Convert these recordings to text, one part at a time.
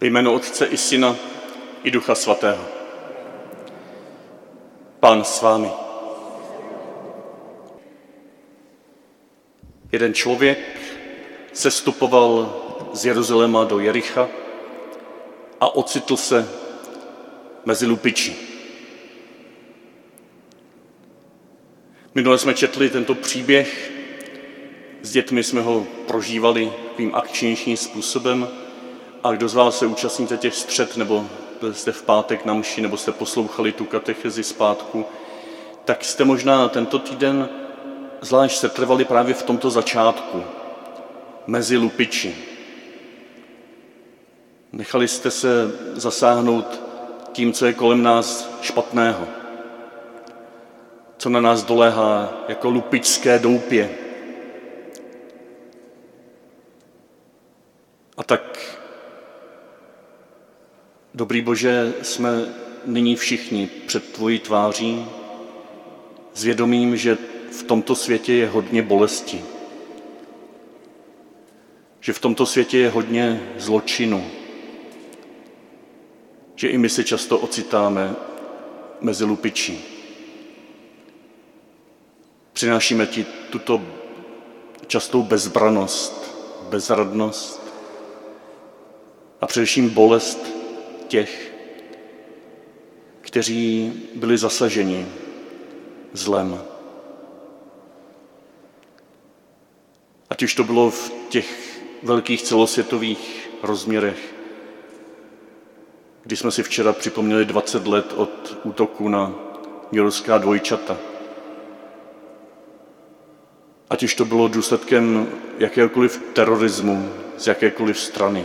Ve jménu Otce i Syna i Ducha Svatého. Pán s vámi. Jeden člověk sestupoval z Jeruzaléma do Jericha a ocitl se mezi lupiči. Minule jsme četli tento příběh, s dětmi jsme ho prožívali takovým akčnějším způsobem a kdo z vás se účastníte těch střed, nebo jste v pátek na mši, nebo jste poslouchali tu katechezi zpátku, tak jste možná tento týden zvlášť setrvali právě v tomto začátku, mezi lupiči. Nechali jste se zasáhnout tím, co je kolem nás špatného, co na nás doléhá jako lupičské doupě. A tak, dobrý Bože, jsme nyní všichni před tvojí tváří s vědomím, že v tomto světě je hodně bolesti, že v tomto světě je hodně zločinu, že i my se často ocitáme mezi lupiči. Přinášíme ti tuto častou bezbranost, bezradnost a především bolest těch, kteří byli zasaženi zlem. Ať už to bylo v těch velkých celosvětových rozměrech, kdy jsme si včera připomněli 20 let od útoku na newyorská dvojčata. Ať už to bylo důsledkem jakéhokoliv terorismu z jakékoliv strany.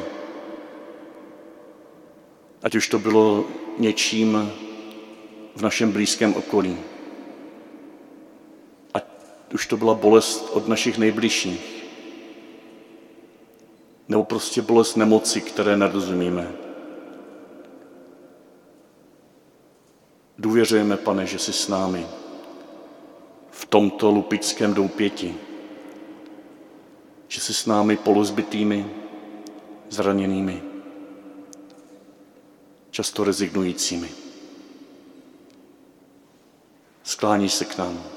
Ať už to bylo něčím v našem blízkém okolí. Ať už to byla bolest od našich nejbližších. Nebo prostě bolest nemoci, které nerozumíme. Důvěřujeme, Pane, že jsi s námi v tomto lupičském doupěti. Že jsi s námi polozbitými, zraněnými, často rezignujícími. Skláníš se k nám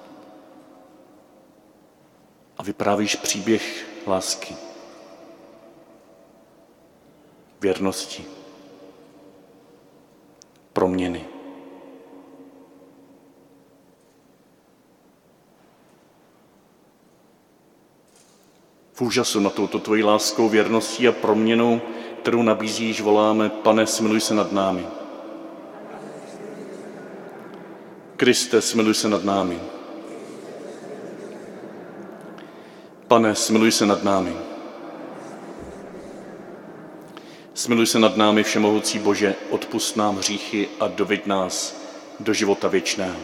a vyprávíš příběh lásky, věrnosti, proměny. V úžasu na touto tvojí láskou, věrností a proměnou, kterou nabízíš, voláme: Pane, smiluj se nad námi. Kriste, smiluj se nad námi. Pane, smiluj se nad námi. Smiluj se nad námi, všemohoucí Bože, odpusť nám hříchy a doveď nás do života věčného.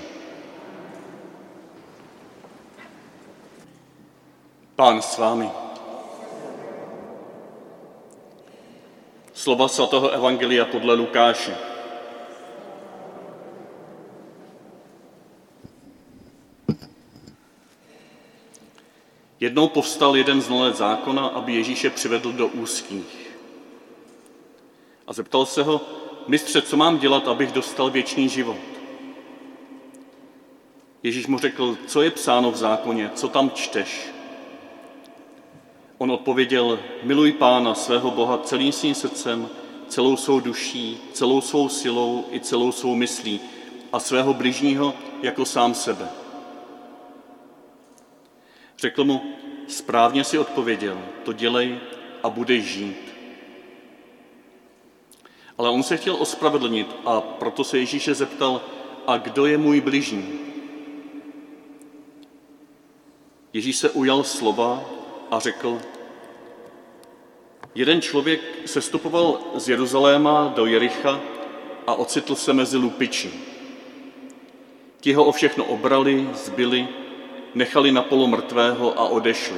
Pán s vámi. Slova svatého evangelia podle Lukáše. Jednou povstal jeden znalec zákona, aby Ježíše přivedl do úzkých. A zeptal se ho: Mistře, co mám dělat, abych dostal věčný život? Ježíš mu řekl: Co je psáno v zákoně, co tam čteš? On odpověděl: Miluj Pána, svého Boha, celým svým srdcem, celou svou duší, celou svou silou i celou svou myslí a svého bližního jako sám sebe. Řekl mu: Správně si odpověděl, to dělej a budeš žít. Ale on se chtěl ospravedlnit a proto se Ježíše zeptal: A kdo je můj bližní? Ježíš se ujal slova a řekl: Jeden člověk sestupoval z Jeruzaléma do Jericha a ocitl se mezi lupiči. Ti ho o všechno obrali, zbili, nechali na polu mrtvého a odešli.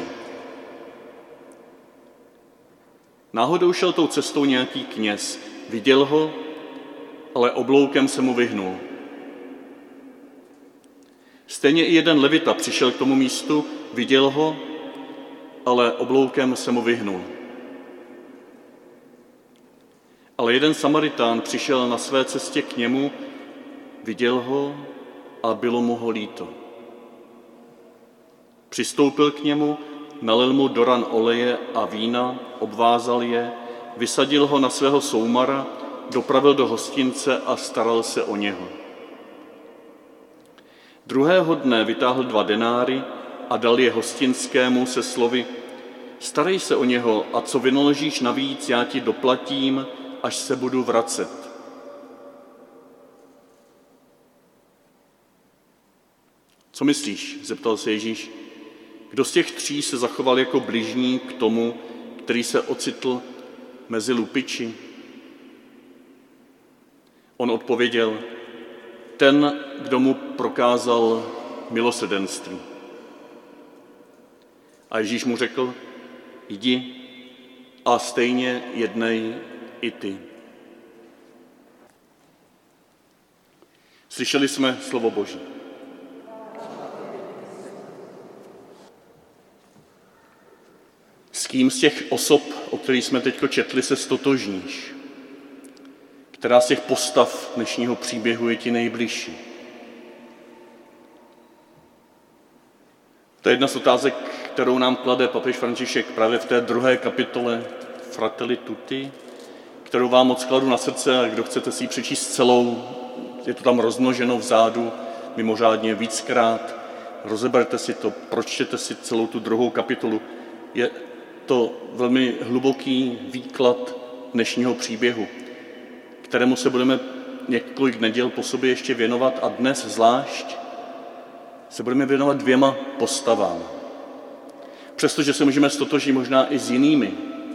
Náhodou šel tou cestou nějaký kněz, viděl ho, ale obloukem se mu vyhnul. Stejně i jeden levita přišel k tomu místu, viděl ho, ale obloukem se mu vyhnul. Ale jeden Samaritán přišel na své cestě k němu, viděl ho a bylo mu ho líto. Přistoupil k němu, nalil mu do ran oleje a vína, obvázal je, vysadil ho na svého soumara, dopravil do hostince a staral se o něho. Druhého dne vytáhl 2 denáry a dal je hostinskému se slovy: starej se o něho a co vynaložíš navíc, já ti doplatím, až se budu vracet. Co myslíš? Zeptal se Ježíš. Kdo z těch 3 se zachoval jako bližní k tomu, který se ocitl mezi lupiči? On odpověděl: ten, kdo mu prokázal milosrdenství. A Ježíš mu řekl: jdi a stejně jednej i ty. Slyšeli jsme slovo Boží. S kým z těch osob, o kterých jsme teď četli, se stotožníš? Která z těch postav dnešního příběhu je ti nejbližší? To je jedna z otázek, kterou nám klade papež František právě v té 2. kapitole Fratelli Tutti, kterou vám moc kladu na srdce, a kdo chcete si ji přečíst celou, je to tam rozmnoženo vzadu, mimořádně víckrát. Rozeberte si to, pročtěte si celou tu 2. kapitolu. Je to velmi hluboký výklad dnešního příběhu, kterému se budeme několik neděl po sobě ještě věnovat, a dnes zvlášť se budeme věnovat 2 postavám. Přestože se můžeme stotožnit možná i s jinými.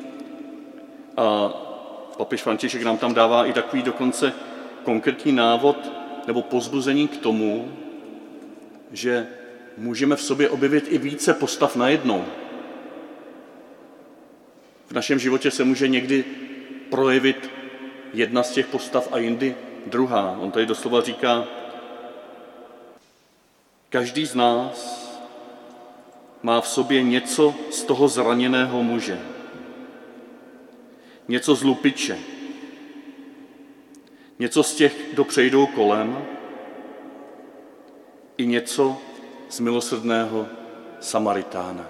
A papež František nám tam dává i takový dokonce konkrétní návod nebo povzbuzení k tomu, že můžeme v sobě objevit i více postav najednou. V našem životě se může někdy projevit jedna z těch postav a jindy druhá. On tady doslova říká: každý z nás má v sobě něco z toho zraněného muže, něco z lupiče, něco z těch, kdo přejdou kolem, i něco z milosrdného Samaritána.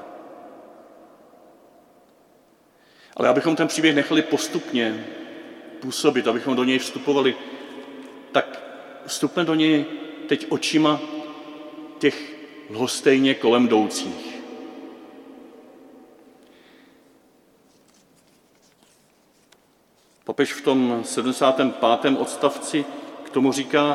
Ale abychom ten příběh nechali postupně působit, abychom do něj vstupovali, tak vstupme do něj teď očima těch lhostejně kolem jdoucích. Papež v tom 75. odstavci k tomu říká: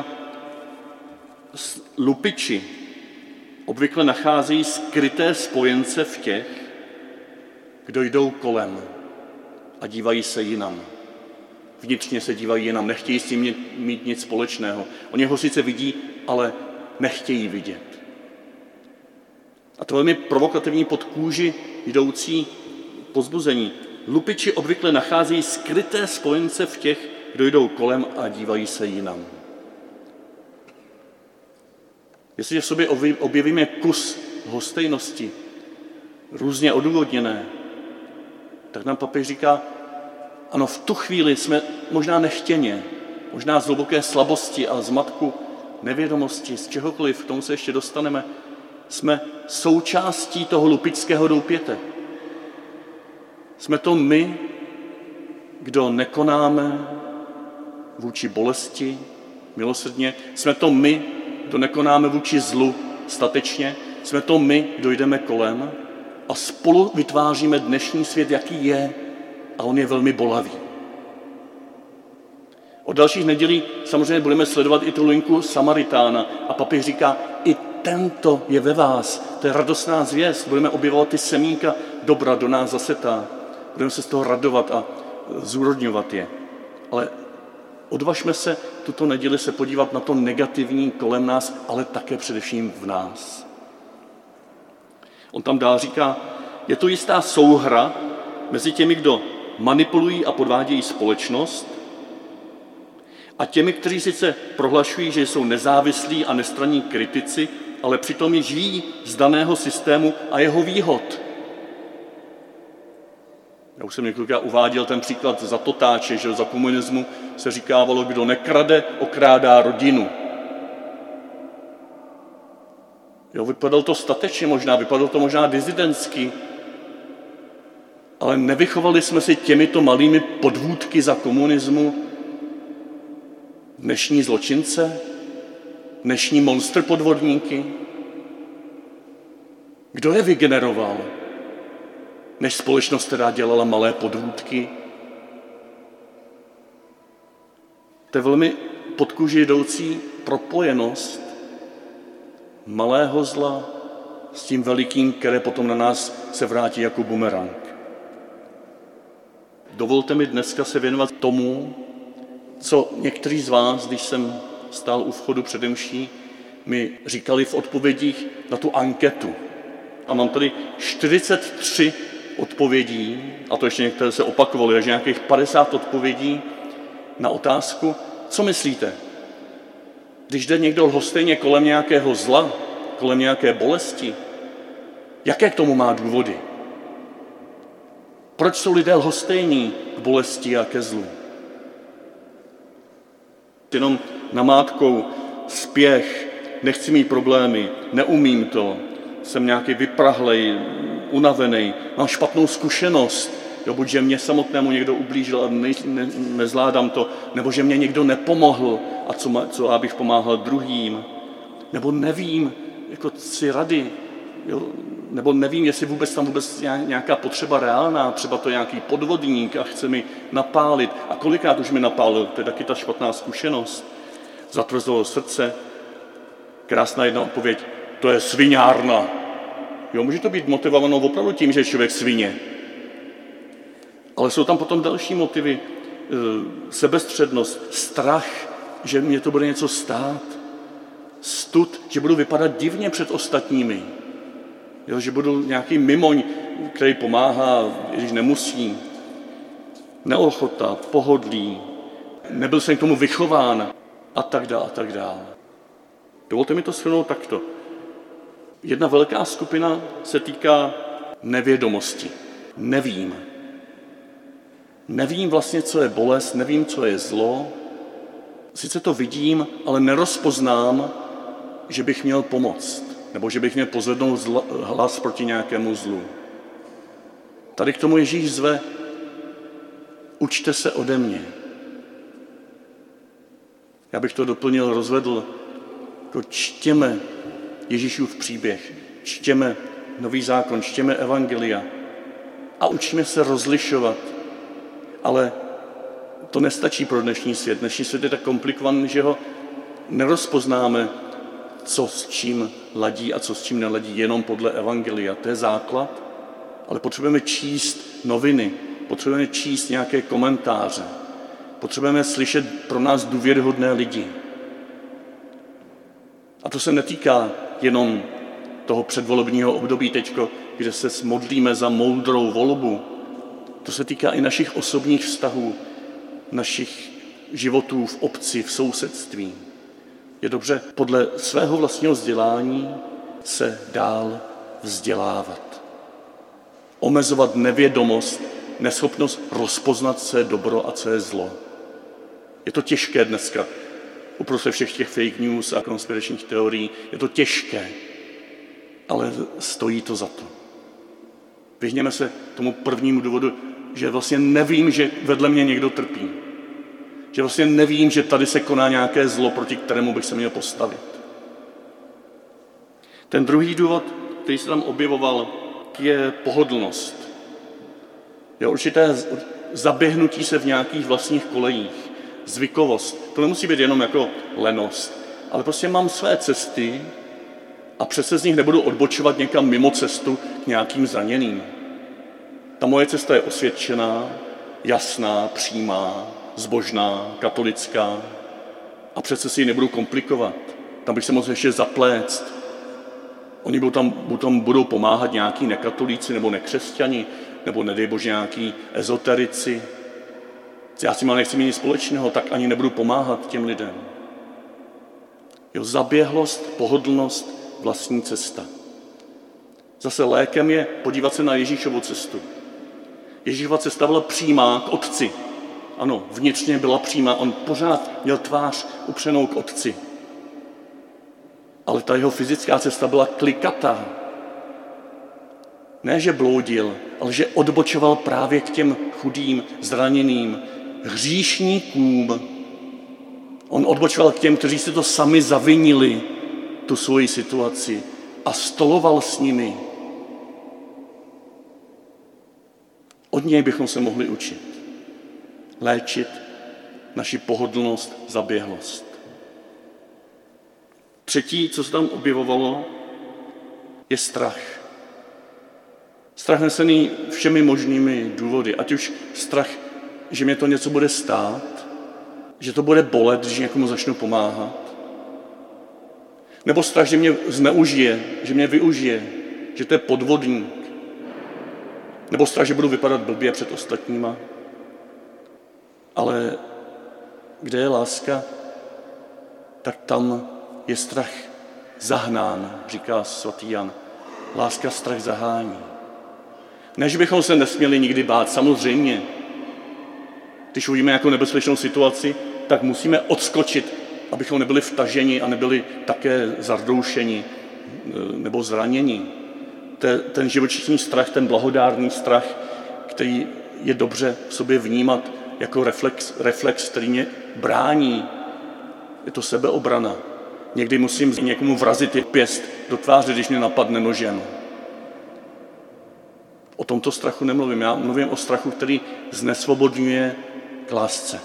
lupiči obvykle nacházejí skryté spojence v těch, kdo jdou kolem a dívají se jinam. Vnitřně se dívají jinam, nechtějí s tím mít nic společného. Oni ho sice vidí, ale nechtějí vidět. A to velmi provokativní pod kůži jdoucí povzbuzení. Lupiči obvykle nacházejí skryté spojence v těch, kdo jdou kolem a dívají se jinam. Jestliže v sobě objevíme kus lhostejnosti, různě odůvodněné, tak nám papež říká: ano, v tu chvíli jsme možná nechtěně, možná z hluboké slabosti a zmatku, nevědomosti, z čehokoliv, k tomu se ještě dostaneme, jsme součástí toho lupičského doupěte. Jsme to my, kdo nekonáme vůči bolesti milosrdně, jsme to my, kdo nekonáme vůči zlu statečně, jsme to my, kdo jdeme kolem a spolu vytváříme dnešní svět, jaký je, a on je velmi bolavý. Od dalších nedělí samozřejmě budeme sledovat i tu linku Samaritána a papež říká: i tento je ve vás, to je radostná zvěst, budeme objevovat ty semínka dobra do nás zasetá, budeme se z toho radovat a zúrodňovat je. Ale odvažme se tuto neděli se podívat na to negativní kolem nás, ale také především v nás. On tam dál říká: je to jistá souhra mezi těmi, kdo manipulují a podvádějí společnost, a těmi, kteří sice prohlašují, že jsou nezávislí a nestranní kritici, ale přitom ji žijí z daného systému a jeho výhod. Já už jsem několikrát uváděl ten příklad za Totáče, že za komunismu se říkávalo, kdo nekrade, okrádá rodinu. Jo, vypadalo to statečně možná, vypadalo to možná dizidentsky, ale nevychovali jsme si těmito malými podvůdky za komunismu dnešní zločince, dnešní monster podvodníky. Kdo je vygeneroval, než společnost, která dělala malé podvůdky? To je velmi pod kůži jdoucí propojenost malého zla s tím velikým, které potom na nás se vrátí jako bumerang. Dovolte mi dneska se věnovat tomu, co někteří z vás, když jsem stál u vchodu přede mší, mi říkali v odpovědích na tu anketu. A mám tady 43 odpovědí, a to ještě některé se opakovaly, takže nějakých 50 odpovědí na otázku, co myslíte? Když jde někdo lhostejně kolem nějakého zla, kolem nějaké bolesti, jaké k tomu má důvody? Proč jsou lidé lhostejní k bolesti a ke zlu? Jenom namátkou spěch, nechci mít problémy, neumím to, jsem nějaký vyprahlej, unavený, mám špatnou zkušenost, jo, buď že mě samotnému někdo ublížil a nezvládám to, nebo že mě někdo nepomohl a co abych pomáhal druhým, nebo nevím, jako si rady, jo, nebo nevím, jestli tam vůbec nějaká potřeba reálná, třeba to nějaký podvodník a chce mi napálit. A kolikrát už mi napálil, to je taky ta špatná zkušenost. Zatvrzelo srdce, krásná jedna odpověď, to je sviňárna. Jo, může to být motivováno opravdu tím, že je člověk svině. Ale jsou tam potom další motivy, sebestřednost, strach, že mě to bude něco stát, stud, že budu vypadat divně před ostatními, jo, že budu nějaký mimoň, který pomáhá, když nemusí, neochota, pohodlí, nebyl jsem k tomu vychován a tak dále, a tak dále. Dovolte mi to shrnout takto. Jedna velká skupina se týká nevědomosti. Nevím. Nevím vlastně, co je bolest, nevím, co je zlo. Sice to vidím, ale nerozpoznám, že bych měl pomoct, nebo že bych měl pozvednout hlas proti nějakému zlu. Tady k tomu Ježíš zve, učte se ode mě. Já bych to doplnil, rozvedl, jako čtěme Ježíšův příběh, čtěme Nový zákon, čtěme evangelia a učíme se rozlišovat. Ale to nestačí pro dnešní svět. Dnešní svět je tak komplikovaný, že ho nerozpoznáme, co s čím ladí a co s čím neladí, jenom podle evangelia. To je základ, ale potřebujeme číst noviny, potřebujeme číst nějaké komentáře, potřebujeme slyšet pro nás důvěryhodné lidi. A to se netýká jenom toho předvolebního období teďko, kde se modlíme za moudrou volbu. To se týká i našich osobních vztahů, našich životů v obci, v sousedství. Je dobře podle svého vlastního vzdělání se dál vzdělávat. Omezovat nevědomost, neschopnost rozpoznat, co je dobro a co je zlo. Je to těžké dneska, uprostřed všech těch fake news a konspiračních teorií. Je to těžké, ale stojí to za to. Vyhněme se tomu prvnímu důvodu, že vlastně nevím, že vedle mě někdo trpí. Že vlastně nevím, že tady se koná nějaké zlo, proti kterému bych se měl postavit. Ten druhý důvod, který se tam objevoval, je pohodlnost. Je určité zaběhnutí se v nějakých vlastních kolejích, zvykovost. To nemusí být jenom jako lenost, ale prostě mám své cesty a přece z nich nebudu odbočovat někam mimo cestu k nějakým zraněným. Ta moje cesta je osvědčená, jasná, přímá, zbožná, katolická a přece si ji nebudu komplikovat. Tam bych se mohl ještě zapléct. Oni budou pomáhat nějaký nekatolíci nebo nekřesťani, nebo nedej bože nějaký ezoterici. Já s tím nechci mít nic společného, tak ani nebudu pomáhat těm lidem. Jo, zaběhlost, pohodlnost, vlastní cesta. Zase lékem je podívat se na Ježíšovu cestu. Ježíšova cesta byla přímá k Otci. Ano, vnitřně byla přímá, on pořád měl tvář upřenou k Otci. Ale ta jeho fyzická cesta byla klikatá. Ne, že bloudil, ale že odbočoval právě k těm chudým, zraněným, hříšníkům. On odbočoval k těm, kteří si to sami zavinili, tu svoji situaci, a stoloval s nimi. Od něj bychom se mohli učit. Léčit naši pohodlnost, zaběhlost. Třetí, co se tam objevovalo, je strach. Strach nesený všemi možnými důvody. Ať už strach, že mě to něco bude stát, že to bude bolet, když někomu začnu pomáhat. Nebo strach, že mě zneužije, že mě využije, že to je podvodník. Nebo strach, že budu vypadat blbě před ostatníma. Ale kde je láska, tak tam je strach zahnán, říká svatý Jan. Láska strach zahání. Ne, že bychom se nesměli nikdy bát, samozřejmě. Když uvidíme nějakou nebezpečnou situaci, tak musíme odskočit, abychom nebyli vtaženi a nebyli také zardoušeni nebo zraněni. Ten živočišný strach, ten blahodárný strach, který je dobře v sobě vnímat jako reflex, který mě brání. Je to sebeobrana. Někdy musím někomu vrazit pěst do tváře, když mě napadne nožem. O tomto strachu nemluvím. Já mluvím o strachu, který znesvobodňuje k lásce.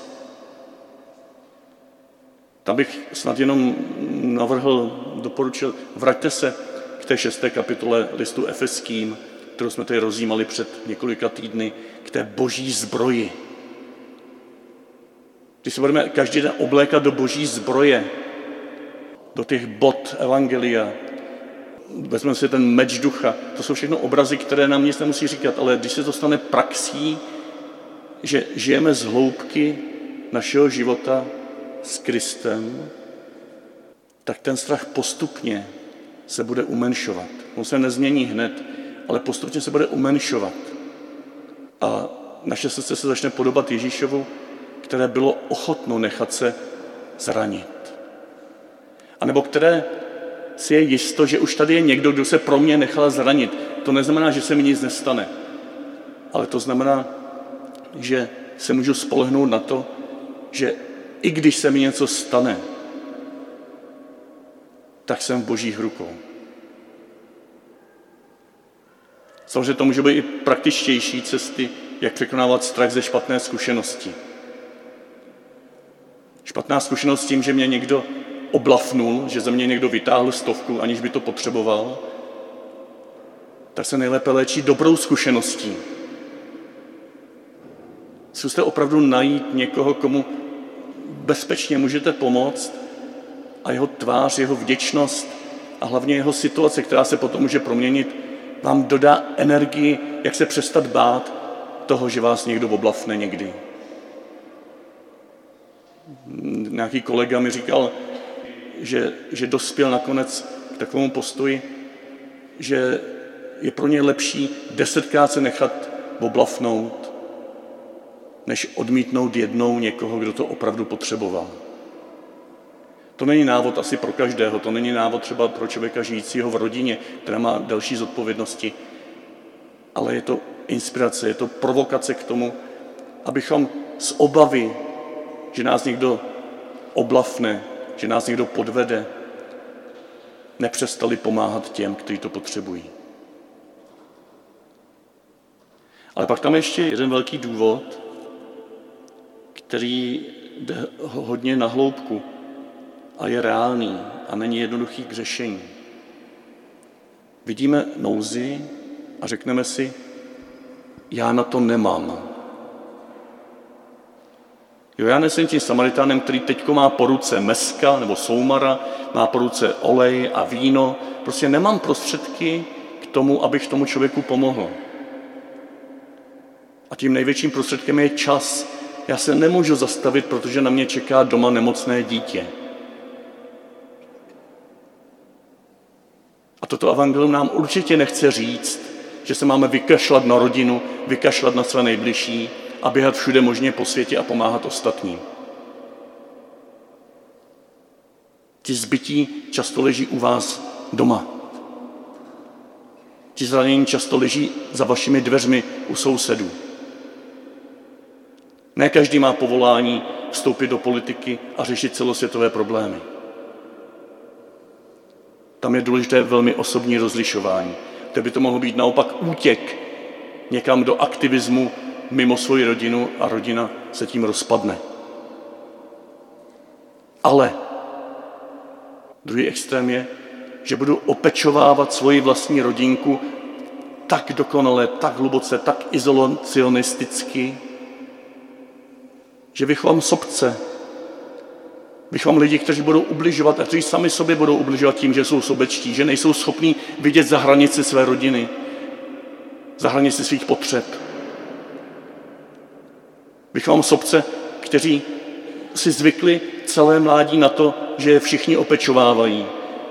Tam bych snad jenom doporučil, vraťte se k té 6. kapitole listu Efeským, kterou jsme tady rozjímali před několika týdny, k té boží zbroji. Když se budeme každý den oblékat do boží zbroje, do těch bot evangelia, vezmeme si ten meč ducha, to jsou všechno obrazy, které nám nic nemusí říkat, ale když se to stane praxí, že žijeme z hloubky našeho života s Kristem, tak ten strach postupně se bude umenšovat. On se nezmění hned, ale postupně se bude umenšovat. A naše srdce se začne podobat Ježíšovu, které bylo ochotno nechat se zranit. A nebo které si je jisto, že už tady je někdo, kdo se pro mě nechal zranit. To neznamená, že se mi nic nestane, ale to znamená, že se můžu spolehnout na to, že i když se mi něco stane, tak jsem v božích rukou. Samozřejmě to může být i praktičtější cesty, jak překonávat strach ze špatné zkušenosti. Špatná zkušenost s tím, že mě někdo oblafnul, že ze mě někdo vytáhl 100, aniž by to potřeboval, tak se nejlépe léčí dobrou zkušeností. Zkuste opravdu najít někoho, komu bezpečně můžete pomoct a jeho tvář, jeho vděčnost a hlavně jeho situace, která se potom může proměnit, vám dodá energii, jak se přestat bát toho, že vás někdo oblafne někdy. Nějaký kolega mi říkal, že dospěl nakonec k takovému postoji, že je pro ně lepší 10krát se nechat oblafnout, než odmítnout jednou někoho, kdo to opravdu potřeboval. To není návod asi pro každého, to není návod třeba pro člověka žijícího v rodině, která má další zodpovědnosti, ale je to inspirace, je to provokace k tomu, abychom z obavy, že nás někdo oblafne, že nás někdo podvede, nepřestali pomáhat těm, kteří to potřebují. Ale pak tam ještě jeden velký důvod, který jde hodně na hloubku a je reálný a není jednoduchý k řešení. Vidíme nouzi a řekneme si, já na to nemám. Jo, já nejsem tím Samaritánem, který teďko má po ruce meska nebo soumara, má po ruce olej a víno. Prostě nemám prostředky k tomu, abych tomu člověku pomohl. A tím největším prostředkem je čas. Já se nemůžu zastavit, protože na mě čeká doma nemocné dítě. A toto evangelium nám určitě nechce říct, že se máme vykašlat na rodinu, vykašlat na své nejbližší a běhat všude možně po světě a pomáhat ostatním. Ti zbytí často leží u vás doma. Ti zranění často leží za vašimi dveřmi u sousedů. Ne každý má povolání vstoupit do politiky a řešit celosvětové problémy. Tam je důležité velmi osobní rozlišování. To by to mohlo být naopak útěk někam do aktivismu mimo svoji rodinu a rodina se tím rozpadne. Ale druhý extrém je, že budu opečovávat svoji vlastní rodinku tak dokonale, tak hluboce, tak izolacionisticky, že vychovám sobce, vychovám lidi, kteří budou ubližovat a kteří sami sobě budou ubližovat tím, že jsou sobečtí, že nejsou schopní vidět za hranici své rodiny, za hranici svých potřeb. Vychovám sobce, kteří si zvykli celé mládí na to, že je všichni opečovávají.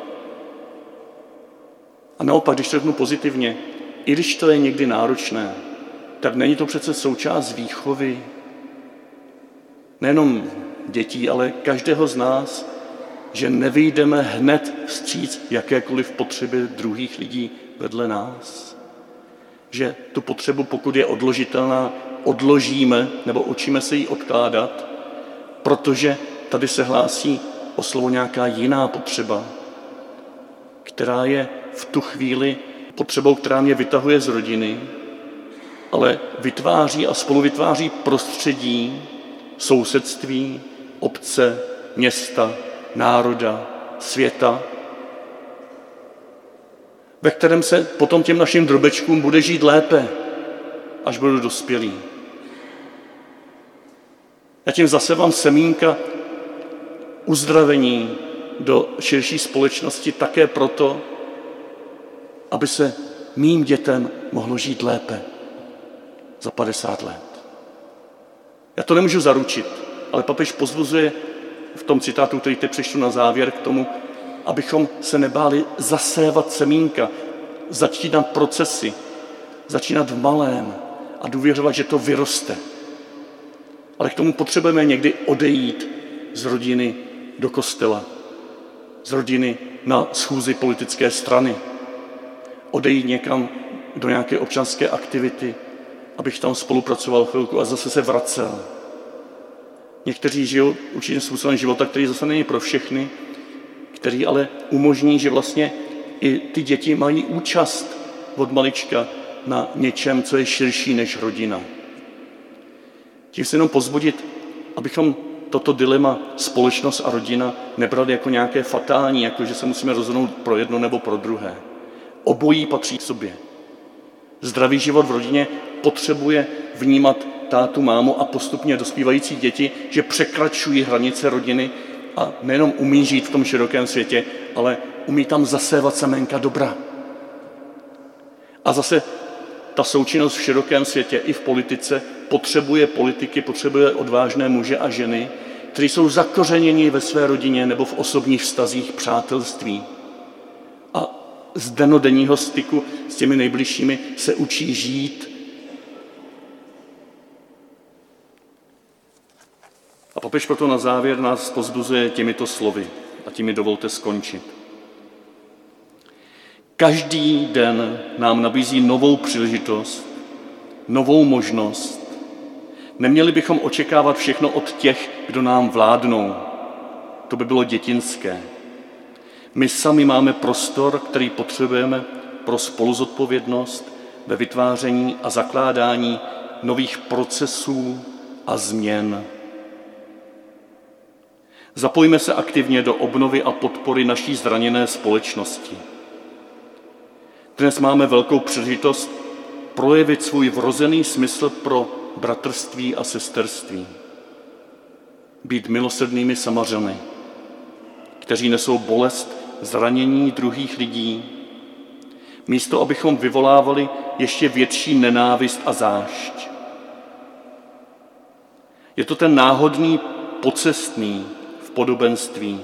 A naopak, když to řeknu pozitivně, i když to je někdy náročné, tak není to přece součást výchovy nejenom dětí, ale každého z nás, že nevyjdeme hned vstříc jakékoliv potřeby druhých lidí vedle nás. Že tu potřebu, pokud je odložitelná, odložíme nebo učíme se jí odkládat, protože tady se hlásí o slovo nějaká jiná potřeba, která je v tu chvíli potřebou, která mě vytahuje z rodiny, ale vytváří a spoluvytváří prostředí, sousedství, obce, města, národa, světa, ve kterém se potom těm našim drobečkům bude žít lépe, až budou dospělí. Já tím zasevám semínka uzdravení do širší společnosti také proto, aby se mým dětem mohlo žít lépe za 50 let. Já to nemůžu zaručit, ale papež pozbuzuje v tom citátu, který teď přečtu na závěr, k tomu, abychom se nebáli zasévat semínka, začínat procesy, začínat v malém a důvěřovat, že to vyroste. Ale k tomu potřebujeme někdy odejít z rodiny do kostela, z rodiny na schůzi politické strany, odejít někam do nějaké občanské aktivity, abych tam spolupracoval chvilku a zase se vracel. Někteří žijou určitým způsobem života, který zase není pro všechny, který ale umožní, že vlastně i ty děti mají účast od malička na něčem, co je širší než rodina. Tím se jenom povzbudit, abychom toto dilema společnost a rodina nebrali jako nějaké fatální, jako že se musíme rozhodnout pro jedno nebo pro druhé. Obojí patří k sobě. Zdravý život v rodině potřebuje vnímat tátu, mámu a postupně dospívající děti, že překračují hranice rodiny a nejenom umí žít v tom širokém světě, ale umí tam zasévat semenka dobra. A zase ta součinnost v širokém světě i v politice potřebuje politiky, potřebuje odvážné muže a ženy, kteří jsou zakořeněni ve své rodině nebo v osobních vztazích přátelství. A z dennodenního styku s těmi nejbližšími se učí žít. A papež proto na závěr nás povzbuzuje těmito slovy a tím mi dovolte skončit. Každý den nám nabízí novou příležitost, novou možnost. Neměli bychom očekávat všechno od těch, kdo nám vládnou. To by bylo dětinské. My sami máme prostor, který potřebujeme pro spoluzodpovědnost ve vytváření a zakládání nových procesů a změn. Zapojme se aktivně do obnovy a podpory naší zraněné společnosti. Dnes máme velkou příležitost projevit svůj vrozený smysl pro bratrství a sesterství. Být milosrdnými Samařany, kteří nesou bolest zranění druhých lidí, místo abychom vyvolávali ještě větší nenávist a zášť. Je to ten náhodný pocestný v podobenství,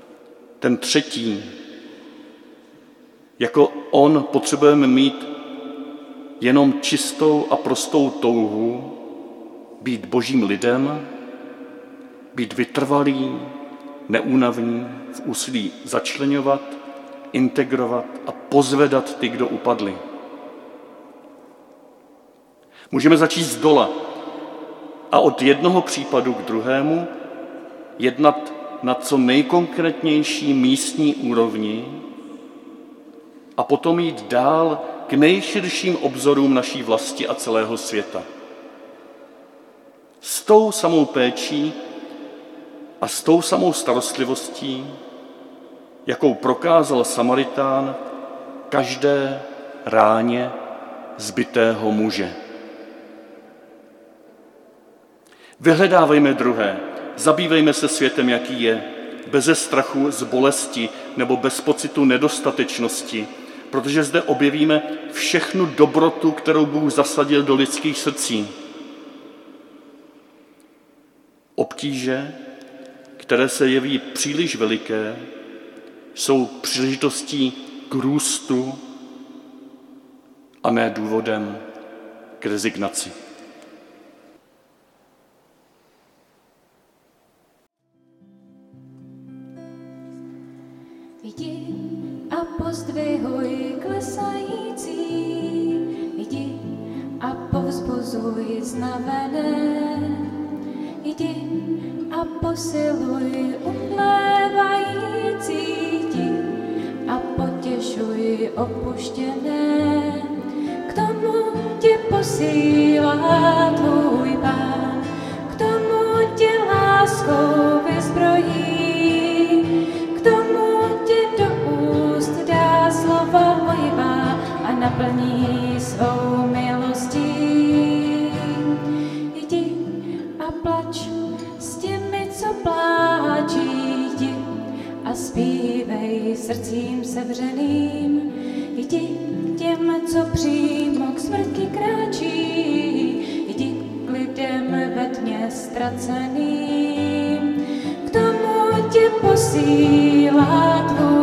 ten třetí. Jako on potřebujeme mít jenom čistou a prostou touhu být božím lidem, být vytrvalý, neúnavný v úsilí začleňovat, integrovat a pozvedat ty, kdo upadli. Můžeme začít zdola a od jednoho případu k druhému jednat na co nejkonkrétnější místní úrovni a potom jít dál k nejširším obzorům naší vlasti a celého světa. S tou samou péčí a s tou samou starostlivostí, jakou prokázal Samaritán každé ráně zbitého muže. Vyhledávejme druhé, zabývejme se světem, jaký je, beze strachu z bolesti nebo bez pocitu nedostatečnosti, protože zde objevíme všechnu dobrotu, kterou Bůh zasadil do lidských srdcí. Obtíže, které se jeví příliš veliké, jsou příležitostí k růstu a ne důvodem k rezignaci. Jdi a pozdvihuj klesající, jdi a povzbuzuj znavené, jdi a posiluj umlévající, jdi a potěšuj opuštěné. K tomu tě posílá tvůj Pán, k tomu tě láskou vyzbrojí, k tomu tě do úst dá slova hojivá a naplní svou milostí. Jdi a plač s těmi, co pláčí, jdi a zpívej srdcím sevřeným, jdi těm, co přímo k smrti kráčí, jdi k lidem ve tmě ztraceným, k tomu tě posílá tvůj